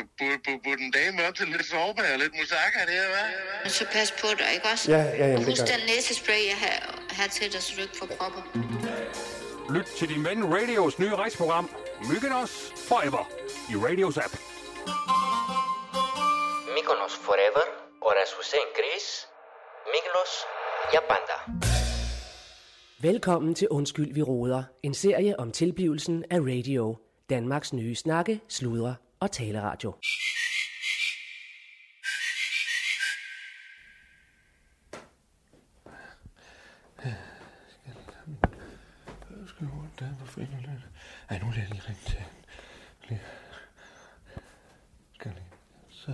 burde en dame op til lidt sårbar og lidt musaka der, hva'? Så pas på dig, ikke også? Ja, og husk den næsespray, jeg har til dig, så du ikke får propper. Lyt til din ven Radios nye rejseprogram, Mykonos Forever, i Radios app. Mykonos Forever, Horas Hussein Chris, Miglos, Japanda. Velkommen til Undskyld, vi råder. En serie om tilblivelsen af radio. Danmarks nye snakke, sludre og taleradio. Ej, nu lader jeg lige ringe til hende. Skal lige. Så.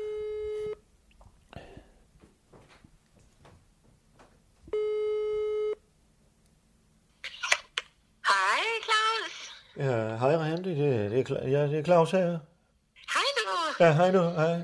Hej, Claus. Ja, hej Randi, det er Claus her. Hej du. Ja, hej du, hej.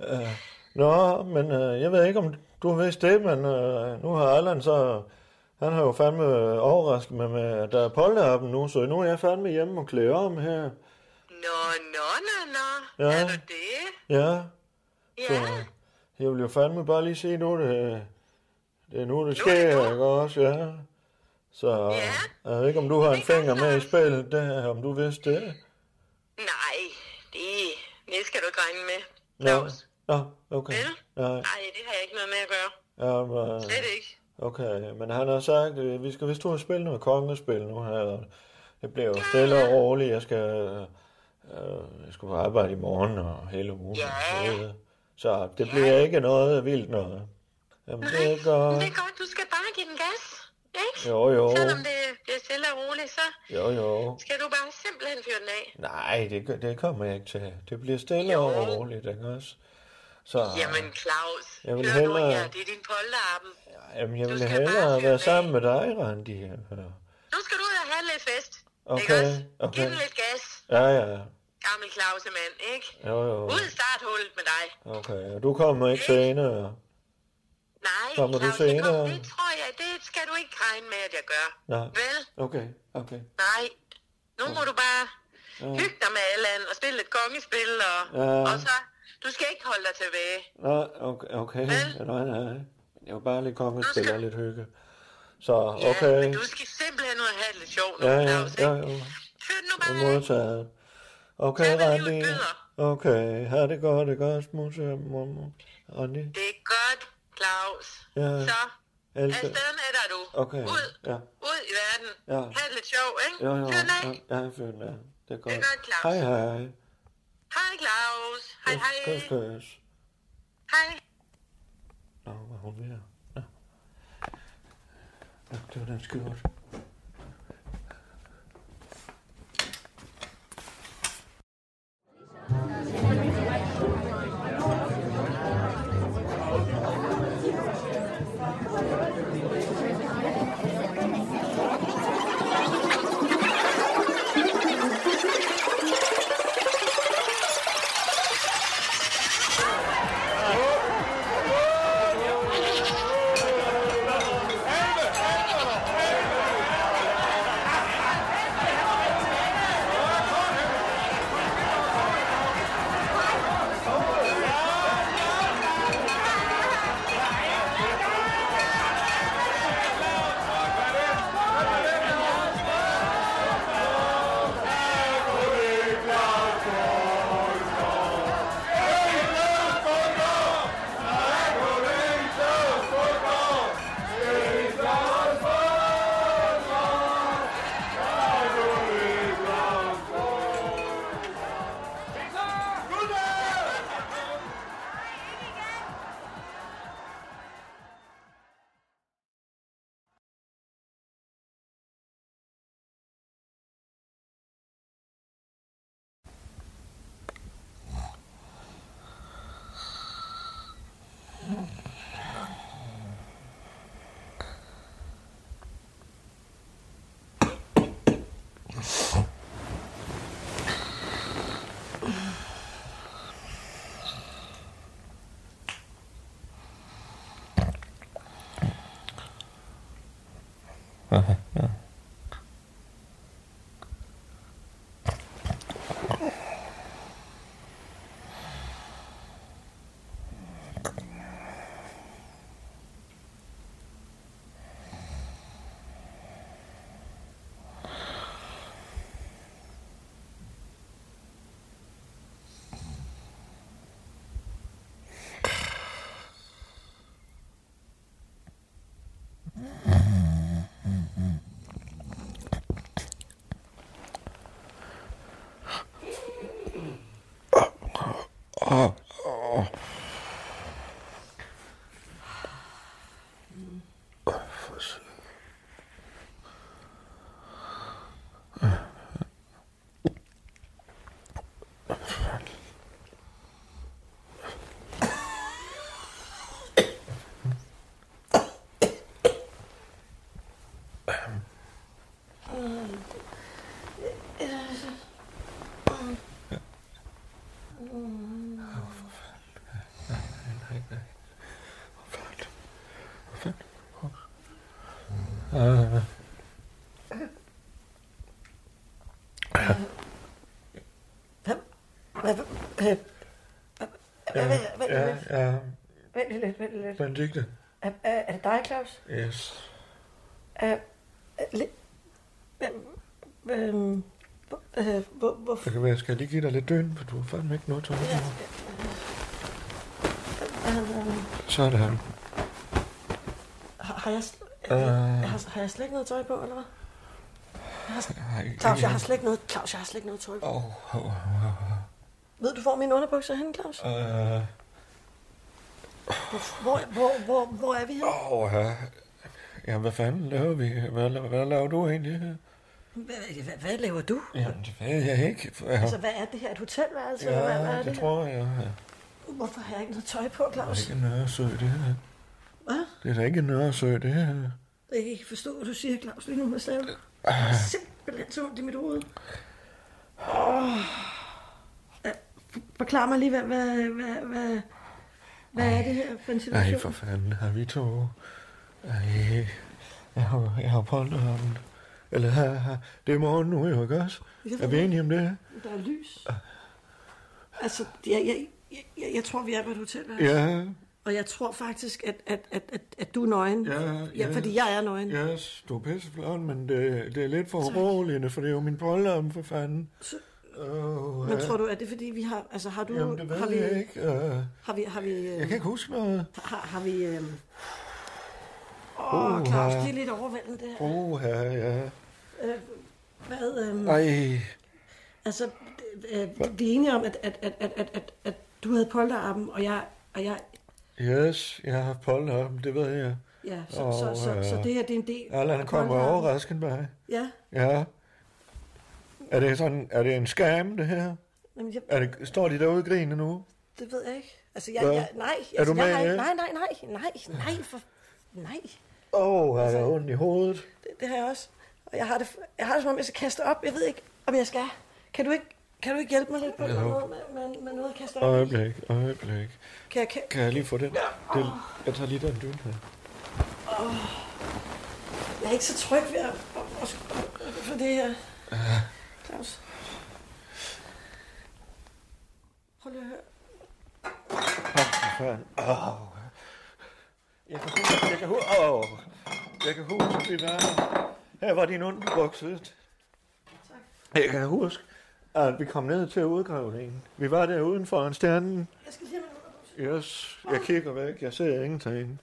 Nå, men jeg ved ikke, om du har vidst det, men nu har Allan så... Han har jo fandme overrasket mig med, at der er polterappen nu, så nu er jeg fandme hjemme og klæder om her. Nå. Ja. Er du det? Ja. Ja. Så jeg vil jo fandme bare lige se nu, det er nu, det sker, ikke også? Ja. Så jeg ved ikke, om du har en finger med i spillet, der, om du vidste det. Nej, det skal du ikke regne med, Claus. Ja, okay. Vel? Nej, det har jeg ikke noget med at gøre. ja, men, Slet ikke. okay, men han har sagt, at vi skal vist ud og spille noget kongespil nu her. Det bliver jo stille og roligt. Jeg skal på arbejde i morgen og hele ugen. Ja. Så det bliver ikke noget vildt noget. Jamen, Nej, det er godt. det er godt. Du skal bare give den gas, ikke? Jo. Selvom det bliver stille og roligt, så Jo. skal du bare simpelthen fyre den af. Nej, det kommer jeg ikke til. Det bliver stille og roligt, ikke også? Så, Jamen, Claus, jeg vil hør nu hellere... her, det er din polterappen. Jamen, jeg vil skal hellere bare være fyre sammen med dig, Randi. Nu skal du ud og have lidt fest. Okay, Ikke også? okay. Giv den lidt gas. Ja. Gammel Clausemand, ikke? Jo. Ud i starthullet med dig. Okay, og du kommer ikke senere? Nej, Kommer du Claus, senere? det tror jeg, det skal du ikke regne med, at jeg gør. Nej. Vel? Okay. Nej. Nu må du bare hygge dig med Allan og spille lidt kongespil, og så... Du skal ikke holde dig tilbage. Nej, okay. Nej. Det var bare lidt kongespil og lidt hygge. Så, okay. Ja, men du skal simpelthen ud og have det lidt sjovt nu, Claus, ikke? Ja. Fyr den nu bare af. Modtaget. Okay, Tag, hvad Randi. livet byder. Okay, ha' det godt, mormor. Randi. Det er godt, Claus. Ja. Så, Elsker. afsted med dig, du. Okay, ja. Ud i verden. Ja. Ha' det lidt sjov, ikke? Jo. Fyr den af. Ja, fyr den af. Det er godt. Det er godt, Claus. Hej. Hej, Claus. Hej. Kys. Hej. Nå, var hun ved at... Nå, det var den skide godt. Vent lidt. Benedikte. Er det dig, Claus? Yes. Hvorfor? Det kan være, skal jeg lige give dig lidt døgn, for du har fandme ikke noget tøj på. Så er det han. Har jeg slet ikke noget tøj på, eller hvad? Claus, jeg har slet ikke noget tøj på. Ved du, hvor mine underbukser er henne, Claus? Hvor er vi henne? Ja, hvad fanden laver vi? Hvad laver du egentlig her? Hvad laver du? Jamen, det ved jeg ikke. Altså, hvad er det her? Et hotelværelse? Ja, hvad er det tror jeg. Hvorfor har jeg ikke noget tøj på, Claus? Det er ikke en Nørresø, det her. Hvad? Det er da ikke en Nørresø, det her. Jeg kan ikke forstå, hvad du siger, Claus, lige nu med stav. Simpelthen så ondt i mit hoved. Forklar mig lige, hvad er det her for en situation? Nej, for fanden, har vi to... Jeg har polterappen. Eller her, det er morgen nu, jo, ikke også? Er vi enige om det? Der er lys. Altså, jeg tror, vi er på et hotelværelse. Ja. Og jeg tror faktisk, at du er nøgen. Ja, fordi jeg er nøgen. Ja, du er pisseflot, men det er lidt for roligende, for det er jo min polterappen, for fanden. Men tror du, at det er fordi, vi har... Altså, har du... Jamen, det ved jeg ikke. Har vi... Jeg kan ikke huske noget. Har vi... Claus, det er lidt overvældende, det her. Ja. Hvad... Altså, vi er enige om, at du havde polterappen, og jeg... Yes, jeg har haft polterappen, det ved jeg. Ja, så det her, det er en del... Allan kommer overrasket mig. Ja. Ja. Er det en skam, det her? Jamen, står de derude og griner nu? Det ved jeg ikke. Altså, nej. Er du med? Nej. Har jeg ondt i hovedet? Det har jeg også. Og jeg har det som om, jeg skal kaste op. Jeg ved ikke, om jeg skal. Kan du ikke hjælpe mig lidt på med noget at kaste op? Øjeblik. Kan jeg lige få den? Jeg tager lige den dyne her. Jeg er ikke så tryg ved at for det her. Claus. Prøv lige at høre. Jeg kan huske, vi var her var din underbukse. Tak. Jeg kan huske, at vi kom ned til udgravningen. Vi var der uden for en stjerne. Jeg skal lige have min underbukse. Yes, jeg kigger væk. Jeg ser ingenting.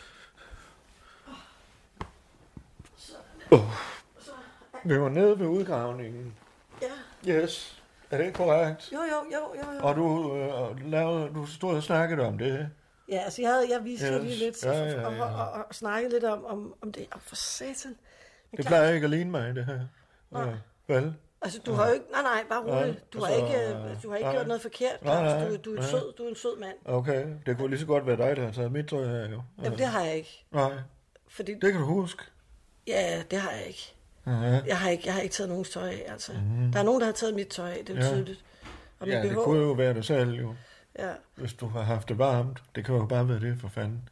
Vi var nede ved udgravningen. Ja. Yes. Er det ikke korrekt? Jo. Og du stod og snakkede om det. Ja, altså jeg viste lige lidt og snakkede lidt om det. For satan. Det plejer ikke at ligne mig, det her. Nej. Vel? Altså, du har jo ikke... Nej, bare roligt. Du har ikke gjort noget forkert, Claus. Du er en sød mand. Okay, det kunne lige så godt være dig, der har taget mit tøj her, jo. Jamen, det har jeg ikke. Nej, fordi... det kan du huske. Ja, det har jeg ikke. Jeg har ikke taget nogens tøj af, altså. Der er nogen, der har taget mit tøj af, det er jo tydeligt. Og det kunne jo være dig selv, jo. Ja. Hvis du har haft det varmt. Det kan jo bare være det, for fanden.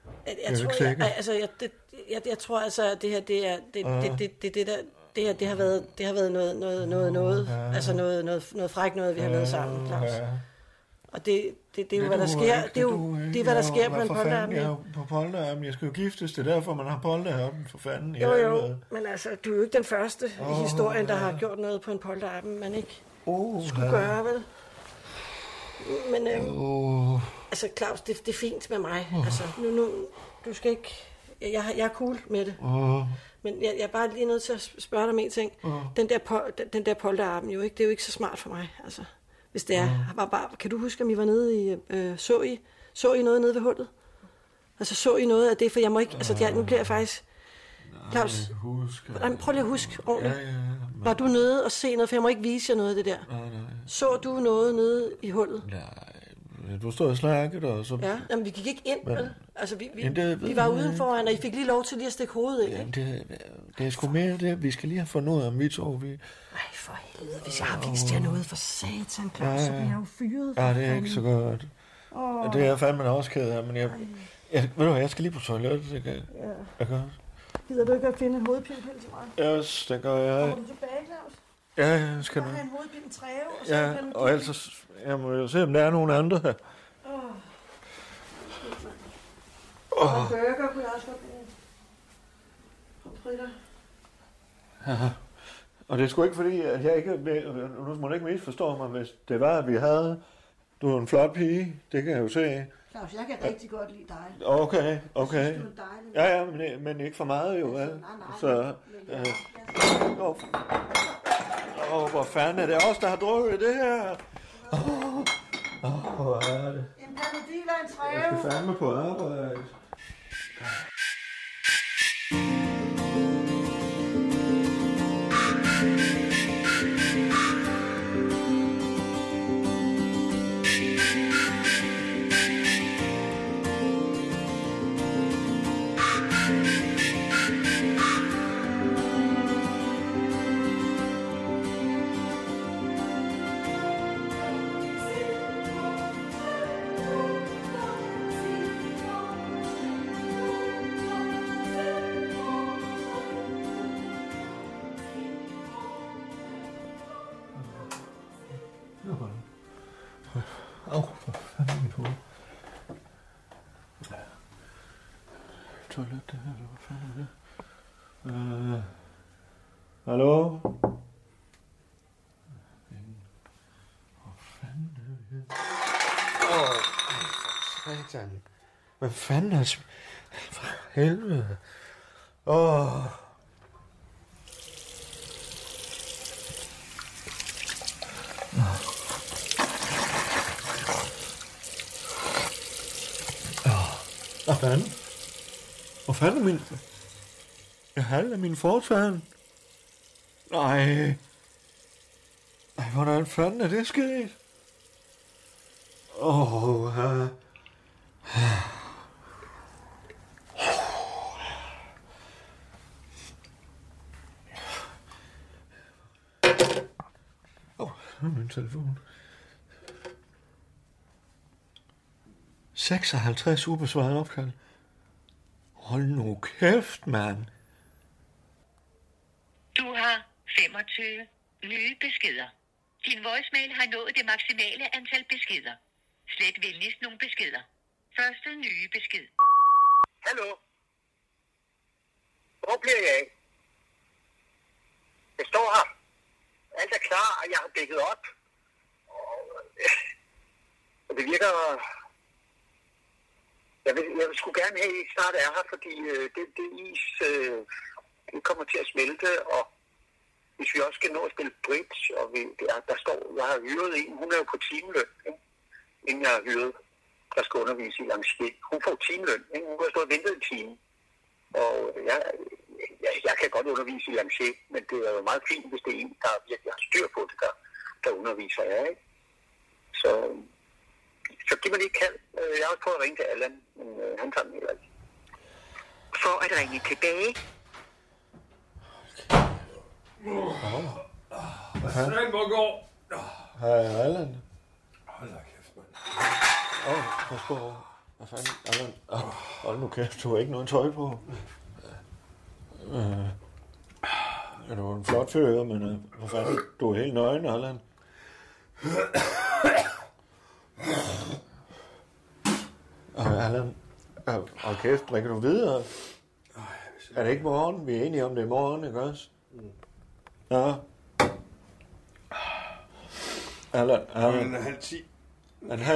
Jeg tror altså, at det her, det er det der... Det har været noget, altså noget frækt noget, vi har lavet sammen, Claus. Og det er jo, hvad der sker. Det er hvad der sker på en polterappen. Jeg er på polterappen. Jeg skal jo giftes. Det er derfor, man har polterappen, for fanden. Jo. Men altså, du er jo ikke den første i historien, der har gjort noget på en polterappen, man ikke skulle gøre, vel? Men altså, Claus, det er fint med mig. Altså, nu, du skal ikke... Jeg er cool med det. Men jeg er bare lige nødt til at spørge dig om en ting. Den der polterappen, det er jo ikke så smart for mig, altså. Hvis det er, kan du huske, om I var nede i, så I noget nede ved hullet? Altså, så I noget af det, for jeg må ikke, altså, nu bliver jeg faktisk... Claus, prøv lige at huske ordentligt. Ja, var du nede og se noget, for jeg må ikke vise jer noget af det der. Nej. Så du noget nede i hullet? Nej, du stod og slakket, og så... Ja, jamen, vi gik ikke ind, vel? Altså, vi var udenforan, og I fik lige lov til lige at stikke hovedet ind, ikke? Det er sgu mere det. Vi skal lige have fundet ud af, om vi to, Nej, for helvede, hvis jeg har vist jer noget for satan, Claus, så bliver jeg jo fyret. Ja, det er ikke så godt. Det er jeg fandme også ked af, men ved du hvad, jeg skal lige på toilettet, det kan jeg gøre. Gider du ikke at finde en hovedpinepille til mig? Yes, det gør jeg. Kommer du tilbage, Claus? Ja, skal du. Jeg have en hovedpine træve, og så og ellers, jeg må jo se, om der er nogen andre her. Og burger kunne jeg også godt bruge. Og fritter. Ja. Og det er sgu ikke fordi, at jeg ikke... Nu må du ikke misforstå mig, hvis det var, at vi havde... Du er en flot pige, det kan jeg jo se. Claus, jeg kan rigtig godt lide dig. Okay. Jeg synes, du er dejlig. Ja, men ikke for meget jo, vel? Nej. Så... hvor fanden er det os, der har drukket det her? Hvor er det? En panodil og en træve. Jeg skal fandme på arbejde. For fanden mit hoved. Toilet det her, hvad fanden er det? Hallo? Hvor fanden er det her? Satan. Hvad fanden er det? For helvede. Hvor fanden er min... Jeg halter min fortand. Nej, hvordan fanden er det sket? Min telefon. 56 ubesvarede opkald. Hold nu kæft, mand. Du har 25 nye beskeder. Din voicemail har nået det maksimale antal beskeder. Slet venligst nogle beskeder. Første nye besked. Hallo? Hvor bliver jeg af? Jeg står her. Alt er klar, og jeg har dækket op. Og det virker... Jeg vil sgu gerne have, at I snart er her, fordi det is det kommer til at smelte, og hvis vi også skal nå at spille bridge, og der står, jeg har hyret en, hun er jo på timeløn, ikke? Inden jeg har hyret, der skal undervise i lancier. Hun får timeløn, ikke? Hun har stået og ventet en time, og jeg kan godt undervise i lancier, men det er jo meget fint, hvis det er en, der virkelig har styr på det, der underviser jeg, ikke? Så giv mig lige et kald. Jeg har også prøvet at ringe til Allan, men han tager den heller ikke. For at ringe tilbage. Hvad fanden må gå? Hej, Allan. Hold da kæft, mand. Pas på. Hvad fanden, Allan? Hold nu kæft, du har ikke noget tøj på. Ja, du er en flot fyr, men hvor fanden, du er helt nøgen, Allan. Og kæft, hvad kan du videre? Er det ikke morgen? Vi er enige om det er morgen, ikke også? Ja. Allan. Den er 9:30. Er det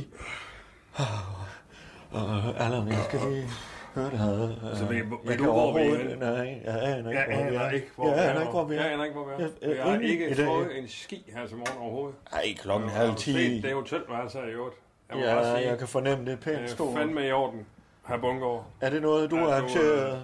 9:30? Allan, jeg skal lige høre det her. Så ved du, hvor vi er? Nej, jeg aner ikke, hvor vi er. Jeg aner ikke, hvor vi er. Jeg har ikke fået en ski her til morgen overhovedet. Ej, klokken 9:30. Det er hotelværelser i øvrigt. Jeg kan fornemme det pænt stort. Det er fandme i orden, her Bundgaard. Er det noget, du har arrangeret?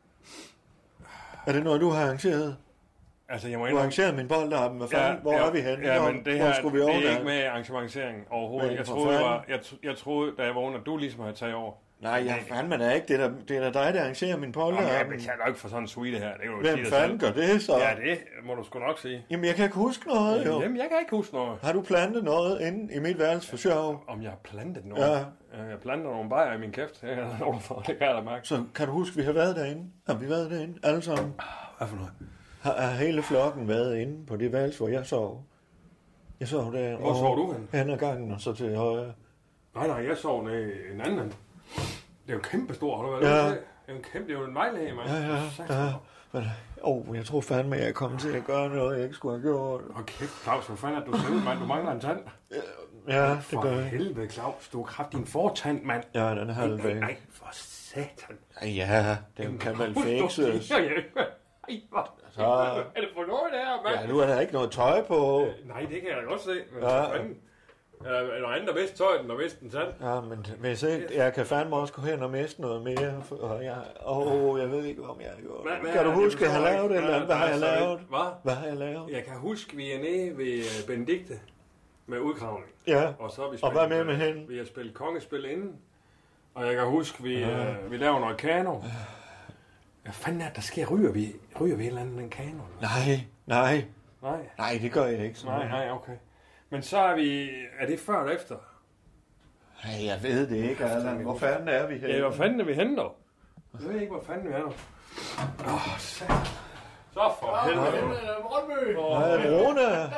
Er det noget, du har arrangeret? Altså, jeg må du har arrangeret min boldappen. Hvor er vi henne? Ja, men det her, det er ikke med arrangementering overhovedet. Jeg troede, da jeg vågnede, at du ligesom havde taget over. Nej, jeg fandme da ikke. Det er da dig, der arrangerer min polterappen. Jeg betaler ikke for sådan en suite her. Det kan du Hvem fanden gør det så? Ja, det må du sgu nok sige. Jamen, jeg kan ikke huske noget, jo. Jamen, jeg kan ikke huske noget. Har du plantet noget inde i mit værelse for sjov? Om jeg har plantet noget? Ja. Jeg planter nogle bajer i min kæft. Det kan jeg da mærke. Så kan du huske, vi har været derinde? Har vi været derinde? Alle sammen? Hvad for noget? Har hele flokken været inde på det værelse, hvor jeg sov? Jeg sov der. Hvor sov du hen? Hen ad gangen og så til højre. Nej, jeg sov nede i en anden. Det er jo kæmpe stor, har du været ude til? Det er jo en vejlæge, mand. Ja. Men, jeg tror fandme, at jeg er kommet til at gøre noget, jeg ikke skulle have gjort. Kæft, Claus, hvor fanden er du selv, mand? Du mangler en tand. Ja, det gør jeg. For helvede, Claus. Du har kraft din fortand, mand. Ja, den er halvvæg. Nej, for satan. Ja, den kan vel fikses. Så... Er det for noget der, mand? Ja, nu er der ikke noget tøj på. Nej, det kan jeg da godt se. Men er der andre bedst tøj, end der bedst en tand? Ja, men hvis ikke, jeg kan fandme også gå hen og miste noget mere. Jeg ved ikke, om jeg har gjort. Kan du huske, at jeg har lavet et eller andet? Hvad har jeg lavet? Hvad har jeg lavet? Jeg kan huske, vi er nede ved Benedikte med udgravning. Ja, og hvad med hende? Vi har spillet kongespil inden. Og jeg kan huske, vi laver noget kano. Hvad fanden er der sker? Ryger vi et eller andet en kano? Nej, det gør jeg ikke. Nej, okay. Men så er vi... Er det før eller efter? Nej, jeg ved det ikke, Allan. Hvor fanden er vi henne? Ja, hvor fanden er vi henne dog? Jeg ved ikke, hvor fanden vi er dog. Så for helvede. Nej, Rune.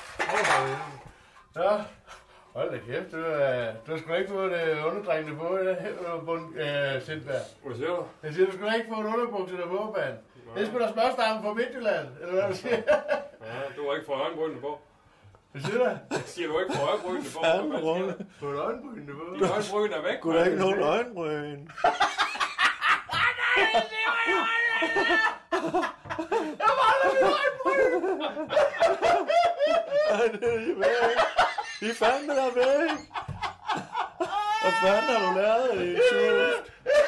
Så. Hold da kæft, du har sgu ikke fået det underdrengende på, Sindberg. Hvad siger du? Jeg siger, du skulle ikke få et underbukse der på, mand. Det er sgu da smørstammen fra Midtjylland, eller hvad du siger? Ja, du har ikke fået øjenbrynene på. Hvad siger du? Jeg siger, du ikke fået øjenbrynene på. Få et øjenbrynene på? Dine øjenbryn er væk. Kunne der ikke nogen øjenbryn? Jeg mangler min øjenbryn! Nej, det er væk. De er fandme der væk. Hvad fanden har du lavet i suft?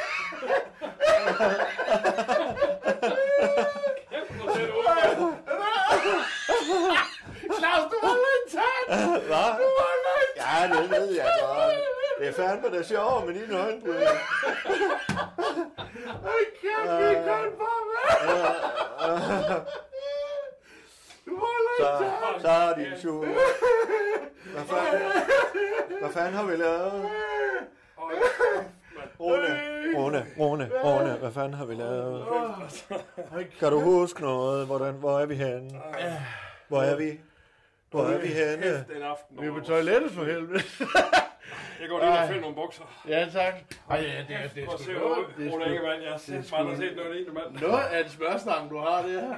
Claus, du mangler en tand! Hvad? Du mangler en tand! Ja, det ved jeg godt. Det er fandme da sjovt med dine øjenbryn. Ej, kæft, vi kan på mig! Du mangler en tand! Så er din suft. Hvad fanden har vi lavet? Rune, hvad fanden har vi lavet? Kan du huske noget? Hvor er vi henne? Hvor er vi henne? Vi er på toilettet for helvede. Jeg går lige og finder nogle bukser. Ja, tak. Ej, ja, det er sgu noget. Rune Ingemann, jeg har set noget lignende, mand. Noget af en smørstang, du har det her.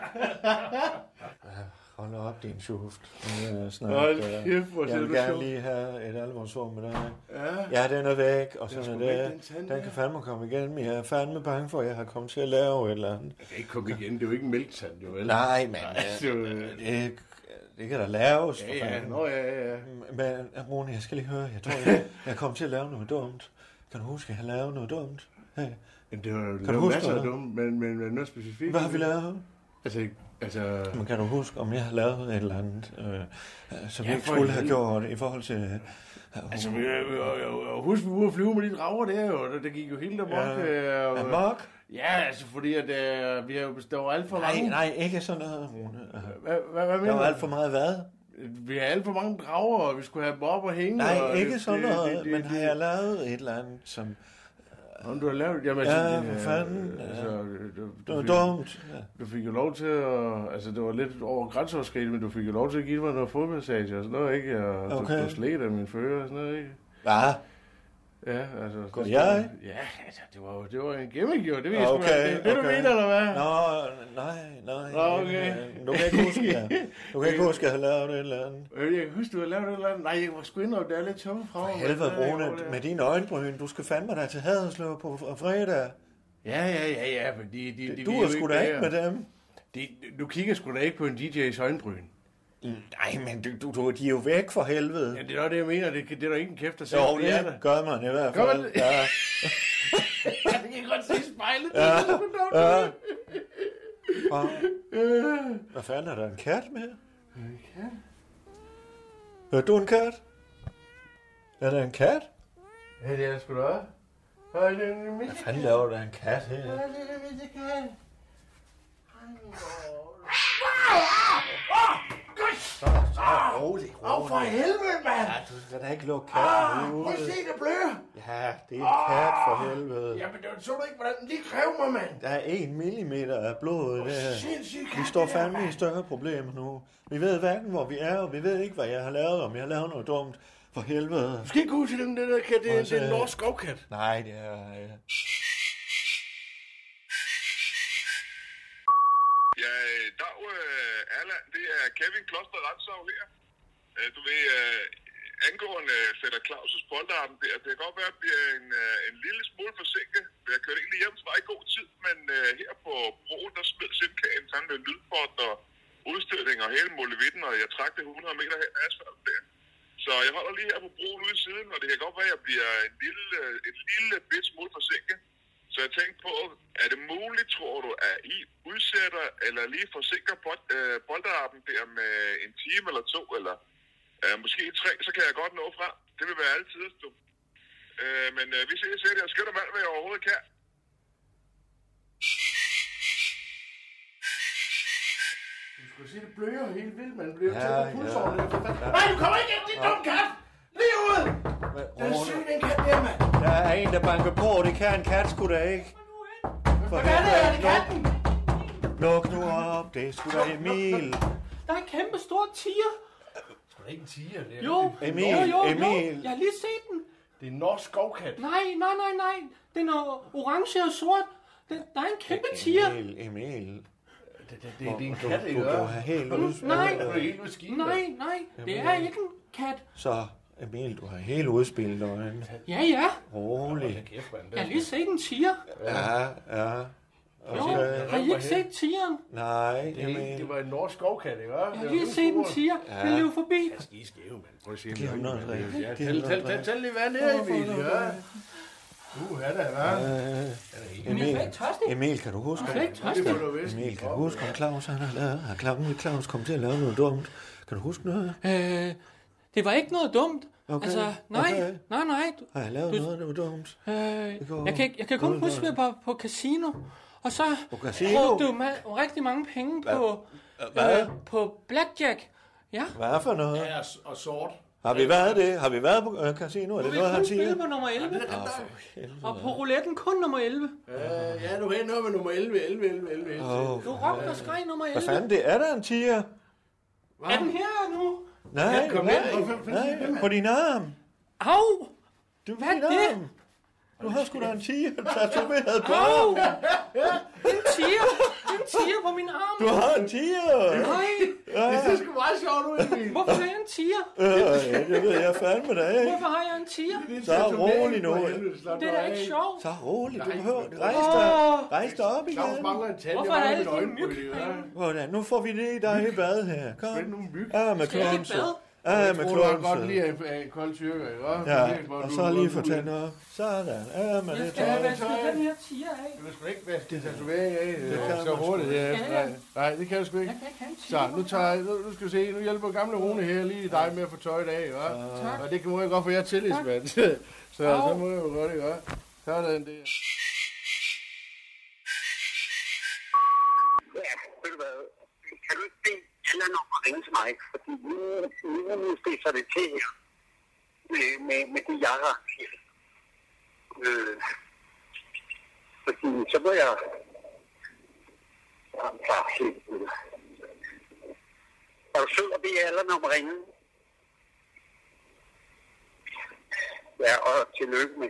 Hold op, din suft. Jeg vil gerne lige have et alvorsord med dig. Ja, den er væk, og sådan er det. Den kan fandme komme igen, men jeg er fandme bange for, at jeg har kommet til at lave et eller andet. Jeg kan ikke komme igen, det er jo ikke en mælktand, jo vel? Nej, men det kan da laves. Ja. Men Rune, jeg skal lige høre, jeg tror, jeg er kommet til at lave noget dumt. Kan du huske, at jeg har lavet noget dumt? Hey. Det var jo masser af dumt, men noget specifikt. Hvad har vi lavet? Altså... Men kan du huske, om jeg har lavet et eller andet, som jeg ikke skulle have gjort i forhold til... Altså, jeg husker, vi var ude at flyve med de drager der jo, det gik jo helt amok. Amok? Ja, altså fordi, at vi har jo der var alt for mange... Nej, ikke sådan noget, Rune. Hvad mener du? Der var alt for meget hvad? Vi har alt for mange drager, og vi skulle have dem op og hænge. Nej, ikke sådan noget, men har jeg lavet et eller andet, som... Om du har lavet... Jamen, ja, for fanden. Det var dumt. Du fik jo lov til at... Altså, det var lidt over grænseoverskridende, men du fik jo lov til at give mig noget fodmassage og sådan noget, ikke? Og du slægte af mine fører og sådan noget, ikke? Hvad? Ja, altså... Går jeg? Ja, altså, det var en gennemgjort, det ved jeg sgu ikke. Det du mener, eller hvad? Nej. Nå, okay. Du kan ikke huske, at jeg har lavet et eller andet. Jeg kan huske, du har lavet et eller andet. Nej, jeg var sgu indrømme, det er lidt tungt fra. For helvede, Rune, med dine øjenbryn. Du skal fandme dig til Haderslev på fredag. Ja, men de du er sgu da ikke med dem. Du kigger sgu da ikke på en DJ's øjenbryn. Nej, men de er jo væk for helvede. Ja, det er det, jeg mener. Det er der ikke en kæft, der siger. Jo, det gør man i hvert fald. Gør man det? Ja. Jeg kan godt se spejlet. Ja. Hvad fanden er der en kat med? En kat? Hørte du en kat? Er der en kat? Ja, det er sgu da. Hvad fanden laver der en kat her? Ja, det er en kat. Så rolig. For helvede, mand! Ja, du skal da ikke lukke katten ud. Prøv at se, det blør! Ja, det er en kat for helvede. Jamen, så du ikke, hvordan den lige kræver mig, mand! Der er 1 millimeter af blodet der. Vi står fandme i større problemer nu. Vi ved hverken, hvor vi er, og vi ved ikke, hvad jeg har lavet, om jeg har lavet noget dumt. For helvede. Du skal ikke gå til den der kat, det er en norsk skovkat. Nej, det er... Ja, dag Erland, det er Kevin Kloster Renshav her. Du ved, angående Fætter Claus' polterappen der, det kan godt være, at det bliver en lille smule forsinket. Jeg kørte egentlig hjem fra i god tid, men her på broen, der smed simkagen sådan med lydbånd og udstødning og hele muligheden, og jeg trak det 100 meter hen af asfalten der. Så jeg holder lige her på broen ude i siden, og det kan godt være, at jeg bliver en lille bit smule forsinket. Så jeg tænkte på, er det muligt, tror du, at I udsætter eller lige forsinker polterappen der med en time eller 2, eller måske 3, så kan jeg godt nå frem. Det vil være altid, du. Men vi ses her, jeg skynder mand, hvad jeg overhovedet kan. Du skulle se, det bløder helt vildt, man bliver til på pulsårene. Nej, du kommer ikke ind, din dumme kat! Lige ud! Den er syg, den kat der, mand. Der er en, der banker på, det kan en kat sgu da ikke. Hvad er det? Er det katten? Luk nu op, det er sgu da Emil. Der er en kæmpe stor tiger. Sgu da ikke en tiger, det er jo. Emil. Jeg har lige set den. Det er en norsk skovkat. Nej. Den er orange og sort. Der er en kæmpe tiger. Emil. Det er din kat, ikke? Du har helt Nej, det er ikke en kat. Så, Emil, du har helt udspillet øjnene. Ja. Rolig. Jeg har lige set en tiger. Ja. Okay. Har I ikke set tigeren? Nej, det var en norsk skovkat, ikke? Jeg har lige set en tiger. Den løb forbi. Jeg skal skæve, mand. Prøv at se. Tæl lige vand her, Emil. Ja. Emil, kan du huske? Emil, kan du huske, om Claus Claus kom til at lave noget dumt? Kan du huske noget? Det var ikke noget dumt. Okay. Altså, nej. Har jeg lavet noget, der var dumt? Jeg kan kun huske, at på casino. Og så brugte du rigtig mange penge på blackjack. Ja. Hvad for noget? Ja, og sort. Har vi været det? Har vi været på casino? Er det noget, han siger? Du vil kun spille på nummer 11. Og på rouletten kun nummer 11. Ja, du har noget med nummer 11. Du råbte og skreg nummer 11. Hvad fanden det? Er der en tiger? Er den her nu? Nej, på din arm. Au! Hvad er det? Du har sgu da en tiger tatoveret på. En tiger på min arm. Du har en tiger. Nej. Det ser sgu meget sjovt ud, Emil. Hvorfor har jeg en tiger? Det ved jeg fandme da ikke. Hvorfor har jeg en tiger? Så rolig nu. Det er da ikke sjovt. Så rolig, du behøver. Rejs dig op igen. Hvorfor er det ikke en myg? Hvordan? Nu får vi det i dig i bad her. Kom. Med klonse. Med klonse. Godt lige en kold tyrker, ikke? Ja, og så lige få tændt op. Sådan. Men det tager jeg. Den her tiger af. Du skal ikke vaske din tatovering af. Så hurtigt. Nej, det kan du sgu ikke. Så, nu skal vi se. Nu hjælper gamle Rune her lige dig med at få tøjet af, ikke? Og det må jeg godt, for jeg er tillidsmand. Så må jeg jo godt, ikke? Sådan det. Kan du ikke bede Allan om at ringe til mig? Fordi nu spiser det til her med det, jeg har. Fordi så må jeg... Er du sød at bede Allan om at ringe? Ja, og tillykke med.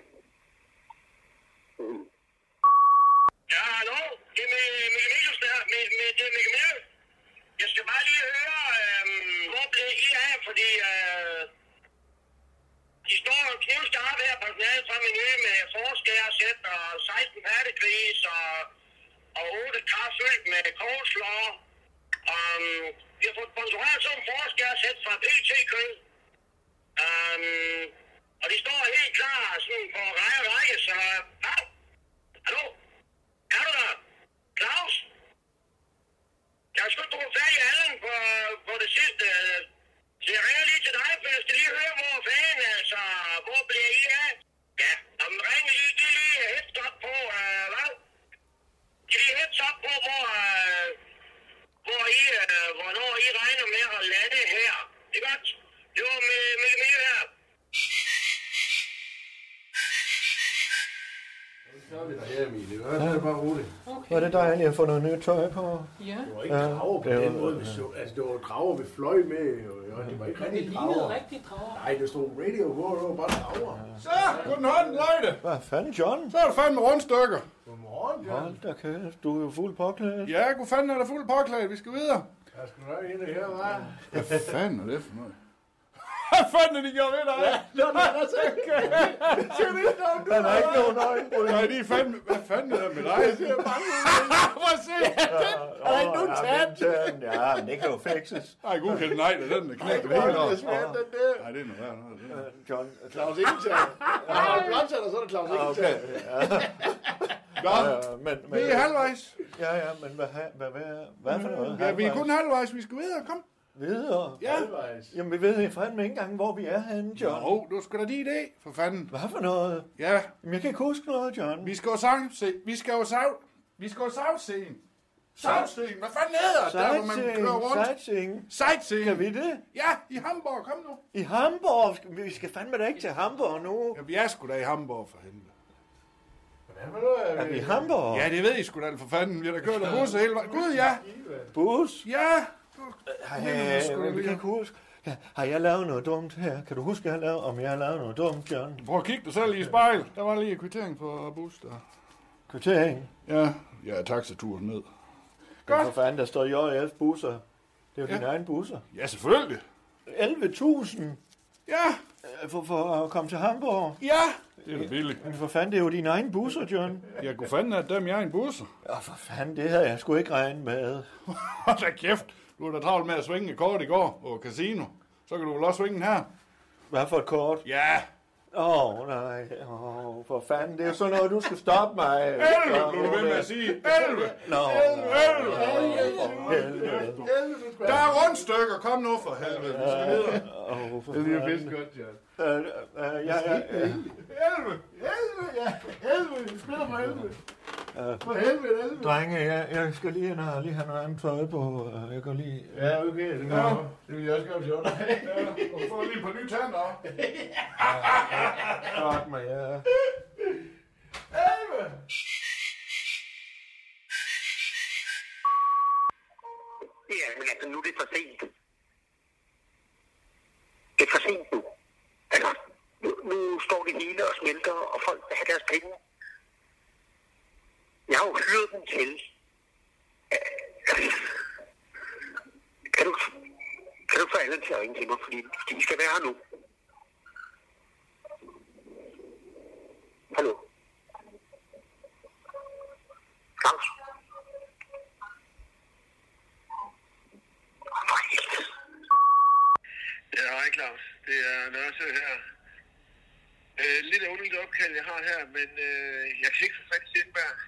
Ja, hallo? Det er med Mikkel der, med Mikkel. Jeg skal bare lige høre, hvor blev I af, fordi de står jo knivskarpe her på den anden fra menu med forskæresæt og 16 pattegris og 8 kar fyldt med coleslaw. Vi har fået sponsoreret sådan en forskæresæt fra PT-kød. Og de står helt klar sådan på række, så... Hallo? Er du der? Claus? Jeg har sgu ikke brugt fat i Allen på det sidste. Så jeg ringer lige til dig, for jeg skal lige høre, hvor fanden, altså, hvor bliver I af? Ja, og ring lige heads up på, hvad? Giv lige heads up på, hvornår I regner med at lande her. Det er godt. Det var med her. Så er vi derhjemme i det. Så er det bare roligt. Okay. Var det dejligt at få noget nyt tøj på? Ja. Det var ikke drager på den måde, vi så. Altså, det var drager, vi fløj med. Og det var ikke rigtig drager. Det lignede rigtig drager. Nej, det stod radio på, det var bare drager. Så, guten hånden, løjde. Hvad fanden, John? Så er det fandme rundstykker. Godmorgen, John. Hold da kæft, du er jo fuld påklædt. Ja, god fanden er der fuld påklædt. Vi skal videre. Jeg skal nok ind her, hva'? Hvad fanden er det for noget? Hvad fanden er de gjort ved dig? Ja, det er der så ikke. Han har ikke nogen øjenbryn. Nej, de er fandme... Hvad fanden er der med dig? Jeg ser bange ud. Prøv at se. Er der ikke nogen tand? Ja, men det kan jo fikses. Ej, god kan nej, det er den, der knækker det hele op. Nej, det er noget værd noget. John. Claus Ingental. Ja, Blomsat, og så er det Claus Ingental. Godt. Vi er halvvejs. Ja, men hvad for noget? Ja, vi er kun halvvejs. Vi skal videre. Kom. Videre? Ja. Jamen, vi ved fandme ikke engang, hvor vi er henne, John. Jo, du skal da lige det, for fanden. Hvad for noget? Ja. Jamen, jeg kan ikke huske noget, John. Vi skal jo savscenen. Savscenen, hvad fanden hedder det, der hvor man kører rundt? Sightseeing. Kan vi det? Ja, i Hamburg, kom nu. I Hamburg? Vi skal fandme da ikke til Hamburg nu. Ja, vi er sgu da i Hamburg, for helvede. Er vi i Hamburg? Ja, det ved I sgu da, for fanden. Vi har da kørt og busser hele vejen. Gud, ja. Bus? Ja. Vi kan ikke huske. Har jeg lavet noget dumt her? Kan du huske, om jeg har lavet noget dumt, John? Prøv at kigge dig selv i spejl. Der var lige en kvittering på bus der. Kvittering? Ja, taxatur ned. Godt. For fanden, der står JF busser. Det er jo dine egne busser. Ja, selvfølgelig. 11.000? Ja. For at komme til Hamburg? Ja. Det er da billigt. Men for fanden, det er jo dine egne busser, John. Ja, god fanden er dem, jeg er en busser. Ja, for fanden, det havde jeg sgu ikke regnet med. Hold da kæft. Du var da travlt med at svinge et kort i går på casino. Så kan du vel også svinge den her. Hvad for et kort? Ja. Nej. For fanden, det er jo sådan noget, du skal stoppe mig. 11, blev du ved med at sige. 11. Nå. 11. Der er rundstykker. Kom nu for helvede. Vi skal videre. Det er lige pisse godt, John. 11. Ja. 11. Vi spiller på 11. For helvede, 11. Drenge, jeg skal lige ind og have noget andet tøj på. Jeg går lige... Ja, okay. Det vil jeg også gøre til dig. Og få lige på nye tænder. Godt mig, ja. 11! Ja, men altså, nu er det for sent. Det er for sent nu. Altså, nu står det hele og smelter, og folk vil have deres penge. Jeg har jo hyret dem til. Kan du få alle til at ringe til mig, fordi de skal være her nu. Hallo? Claus? Ja, hej Claus. Det er Nørresø her. Lidt underligt opkald, jeg har her, men jeg kan ikke få fat i Sindberg.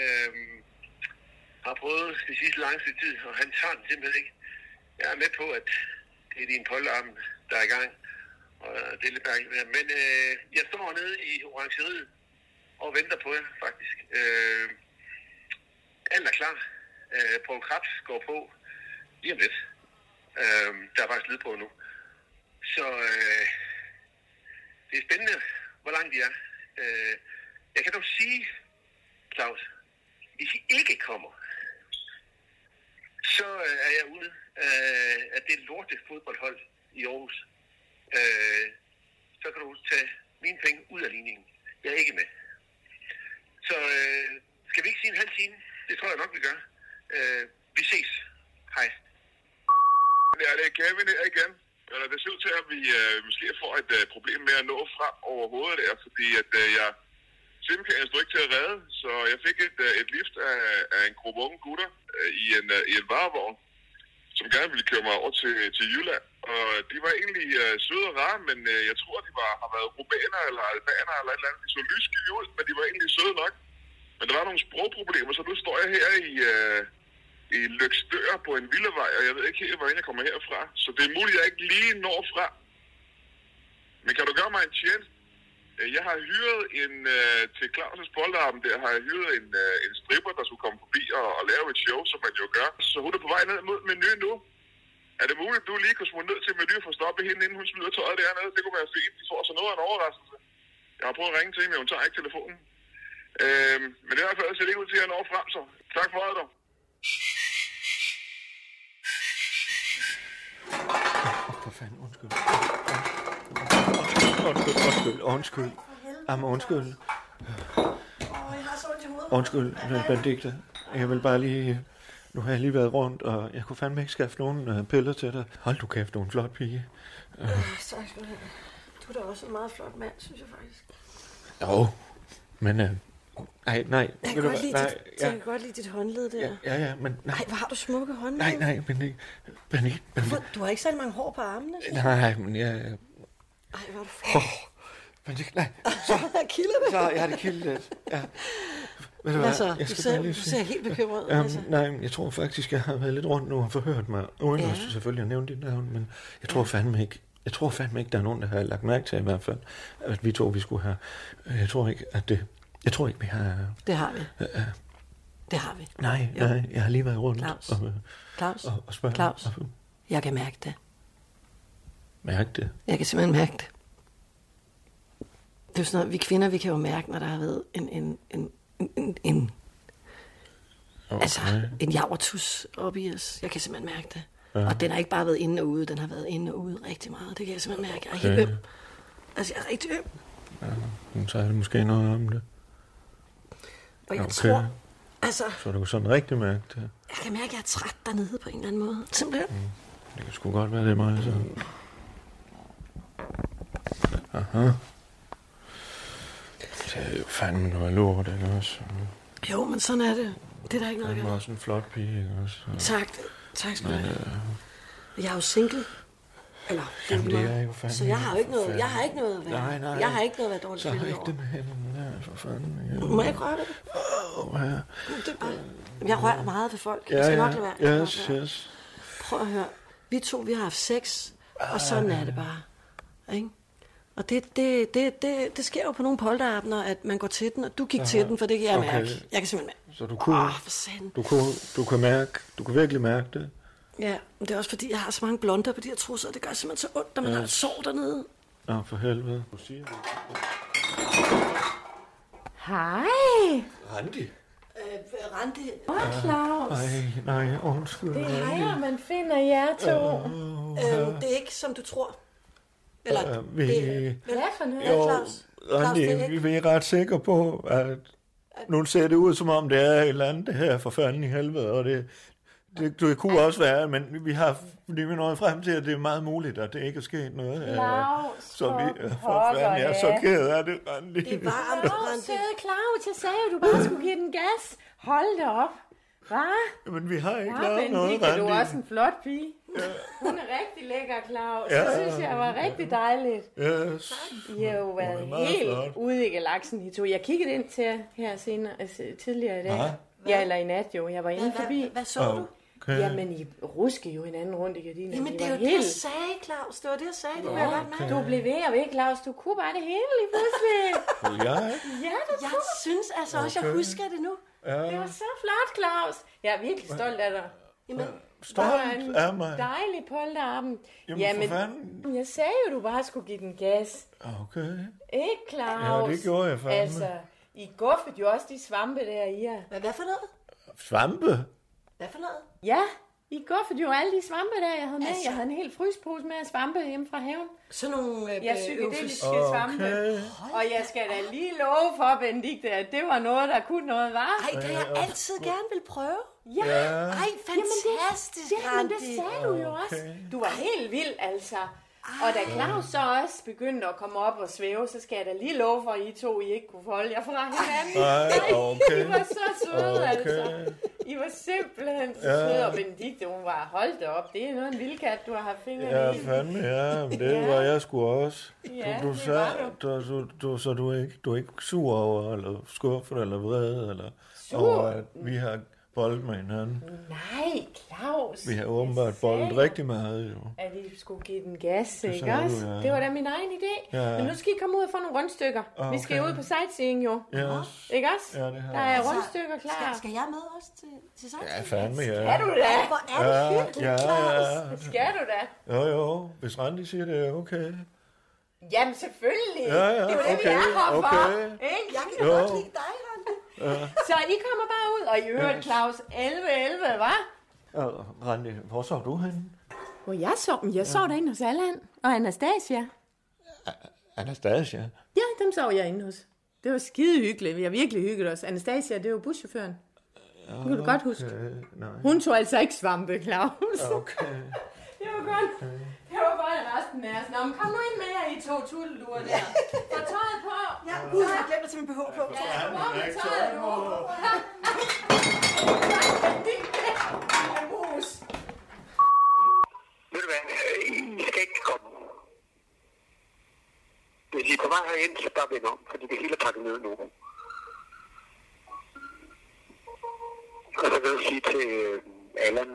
Har prøvet det sidste lange stykke tid, og han tager den simpelthen ikke. Jeg er med på, at det er din polterarm, der er i gang, og det er lidt mærkeligt. Men jeg står nede i orangeriet og venter på jer, faktisk. Alt er klar. Poul Krebs går på lige om lidt. Der er faktisk lyd på nu. Så det er spændende, hvor langt de er. Jeg kan dog sige, Claus, hvis I ikke kommer, så er jeg ude af det lorte fodboldhold i Aarhus. Så kan du tage mine penge ud af ligningen. Jeg er ikke med. Så skal vi ikke sige en halv time? Det tror jeg nok, vi gør. Vi ses. Hej. Ja, det er Kevin her igen. Det ser ud til, at vi måske får et problem med at nå frem overhovedet der, fordi at jeg simpelthen stod ikke til at redde, så jeg fik et lift af en gruppe unge gutter i en varevogn, som gerne ville køre mig over til Jylland. Og de var egentlig søde og rare, men jeg tror, de har været rumæner eller albaner eller et eller andet. De så lyssky ud, men de var egentlig søde nok. Men der var nogle sprogproblemer, så nu står jeg her i Løgstør på en villavej, og jeg ved ikke helt, hvordan jeg kommer herfra. Så det er muligt, at jeg ikke lige når fra. Men kan du gøre mig en tjeneste? Jeg har hyret til Claus' polterappen der, har jeg hyret en stripper, der skulle komme forbi og lave et show, som man jo gør. Så hun er på vej ned mod Meny nu. Er det muligt, at du lige kunne smutte ned til Meny for at stoppe hende, inden hun smider tøjet dernede? Det kunne være fint. De får så noget af en overraskelse. Jeg har prøvet at ringe til hende, men hun tager ikke telefonen. Men det er i hvert fald ser ikke ud til, at jeg når frem, så tak for det dog. For fanden, undskyld. Undskyld. Jamen, undskyld. Jeg har så ondt i hovedet. Undskyld, Benedikte. Jeg vil bare lige... Nu har jeg lige været rundt, og jeg kunne fandme ikke skaffe nogen piller til dig. Hold du kæft, du er en flot pige. Tak skal du have. Du er da også en meget flot mand, synes jeg faktisk. Jo, men... Nej. Jeg kan godt lide dit håndled der. Ja, men... Nej, hvor har du smukke håndled. Nej, Benedikte. Du har ikke særlig mange hår på armene. Nej, men jeg... Ej, hvor er du flot. Nej, så... Kilder det? Så, ja, det kilder lidt. Ja. Ved du altså, hvad? Du ser helt bekymret ud. Altså. Nej, jeg tror faktisk, jeg har været lidt rundt nu og forhørt mig. Uden selvfølgelig at nævne dit navn, men jeg tror fandme ikke, der er nogen, der har lagt mærke til i hvert fald, at vi skulle have... Jeg tror ikke, vi har... Det har vi. Det har vi. Nej, jeg har lige været rundt. Claus, jeg kan mærke det. Mærke det? Jeg kan simpelthen mærke det. Det er sådan noget, vi kvinder, vi kan jo mærke, når der har været en javertus oppe i os. Jeg kan simpelthen mærke det. Ja. Og den har ikke bare været inde og ude, den har været inde og ude rigtig meget. Det kan jeg simpelthen mærke. Jeg er helt øm. Altså, jeg er rigtig øm. Ja, så er det måske noget om det. Og jeg tror, altså... Så du kan sådan rigtig mærke det. Jeg kan mærke, at jeg er træt dernede på en eller anden måde. Simpelthen. Det kan sgu godt være, det er mig, så... Aha. Det er jo fandme noget lort, ikke også? Jo, men sådan er det. Det er der ikke noget at gøre. Du er også en flot pige, ikke også? Tak skal du have. Jeg er jo single. Eller, jamen, det er jo fandme. Så jeg har jo ikke noget, jeg har ikke noget at være. Nej. Jeg har ikke noget at være dårligt spillet over. Så har ikke det med hænderne der, for fanden. Må jeg ikke røre det? Ja. Jeg rører meget ved folk. Jeg skal nok lade være. Yes. Prøv at høre. Vi har haft sex, og sådan er det bare. Ikke? Og det sker jo på nogle polterabender, at man går til den, og du gik til den, for det kan jeg mærke. Jeg kan simpelthen mærke. Så du kan virkelig mærke det? Ja, men det er også fordi, jeg har så mange blonder på de her trusser, og det gør simpelthen så ondt, når man har et sår dernede. Nå, for helvede. Hej. Randi. Randi. Claus. Nej, undskyld. Det er her, man finder jer to. Det er ikke, som du tror. Eller, hvad for noget, Claus? Randi, vi er ret sikre på, at nu ser det ud, som om det er et eller andet, det her for fanden i helvede, og det kunne også være, men vi har lige nået frem til, at det er meget muligt, at det ikke er sket noget. Så vi for fanden, jeg er så ked af det, Randi. Det var Randi. Claus, jeg sagde jo, du bare skulle give den gas. Hold da op. Hvad? Men vi har ikke lavet noget, Randi. Du er også en flot pige. Ja. Hun er rigtig lækker, Claus. Det synes jeg var rigtig dejligt. Yes. I har jo været helt ude i galaksen, I to. Jeg kiggede ind til her senere, tidligere i dag. Ja, eller i nat jo. Jeg var inde forbi. Hvad så du? Okay. Jamen, I ruskede jo hinanden rundt i gardinen. Jamen, det er jo det, jeg sagde, Claus. Det var det, jeg sagde. Det blev jeg godt med. Du blev ved og ved, Claus. Du kunne bare det hele lige pludselig. Jeg synes altså også, jeg husker det nu. Det var så flot, Claus. Jeg er virkelig stolt af dig. Jamen, stolt af mig? Dejlig polterarben. Jamen, for fanden. Jeg sagde jo, du bare skulle give den gas. Okay. Ikke, Claus? Ja, det gjorde jeg fandme. Altså, I guffede jo også de svampe der i jer. Hvad for noget? Svampe? Hvad for noget? Ja, I går, for det var alle de svampe der, jeg havde med. Altså, jeg havde en hel frysepose med svampe hjemme fra haven. Sådan nogle psykedeliske svampe. Og jeg skal da lige love for, Benedikte, at det var noget, der kunne noget, var. Ej, det har jeg altid gerne vil prøve. Ja. Ej, fantastisk, Jamen, det sagde du jo også. Du var helt vild, altså. Og da Claus så også begyndte at komme op og svæve, så skal jeg da lige love for, at I to I ikke kunne holde jer fra hinanden. Okay. I var så søde, altså. I var simpelthen så søde, og Benedikte, hun var holdt op. Det er noget en vildkat, du har haft fingrene i. Ja, fandme, ja. Men det var jeg sgu også. Ja, du sagde, så du er ikke sur over, eller skuffet, eller vred, eller over, at vi har boldet med hinanden. Nej, Claus. Vi har åbenbart boldet rigtig meget, jo. At I skulle give den gas, ikke også? Ja. Det var da min egen idé. Ja. Men nu skal I komme ud og få nogle rundstykker. Okay. Vi skal ud på sightseeing, jo. Yes. Ikke også? Ja, det har der er rundstykker klar. Skal jeg med også til sightseeing? Ja, fandme, ja. Skal du da? Hvor er det hyggeligt, Claus. Skal du da? Jo. Hvis Randi siger, det er okay. Jamen, selvfølgelig. Ja, det er jo det, vi er her for. Ikke? Jeg kan godt lide dig, Randi. Ja. Så I kommer bare ud, og I hører Claus 11-11, hva'? Randi, hvor sov du henne? Hvor jeg sov? Jeg sov derinde hos Allan og Anastasia. Anastasia? Ja, dem sov jeg inde hos. Det var skide hyggeligt. Vi har virkelig hygget os. Anastasia, det var buschaufføren. Det kan du godt huske. Nej. Hun tog altså ikke svampe, Claus. Okay. Det var godt. Det var godt resten af os. Nå, men kom nu ind med jer, I to tullelurer der. Få tøjet på. Ja, Gud, jeg glemte at tage min BH på. Ja, hvor med tøjet nu? Ved du hvad, I skal ikke komme. Hvis I er på vej herind, så bare vend om, fordi det hele er pakket ned nu. Og så vil jeg sige til Allan,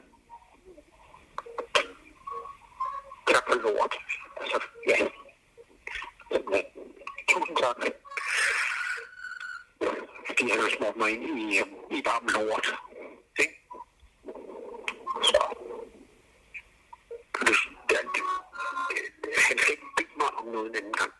tak for lort. Altså, ja. Tusind tak. Fordi han har smurt mig ind i varm lort. Ikke? Så. Han skal ikke bede mig om noget en anden gang.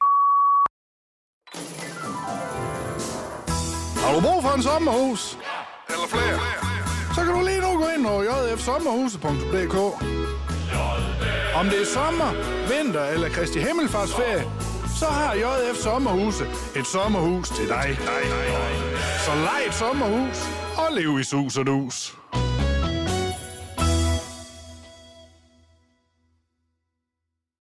Har du brug for en sommerhus? Eller flere? Så kan du lige nu gå ind på jfsommerhuse.dk. Om det er sommer, vinter eller Kristi Himmelfartsferie, så har JF Sommerhuse et sommerhus til dig. Så lej et sommerhus og lev i sus og dus.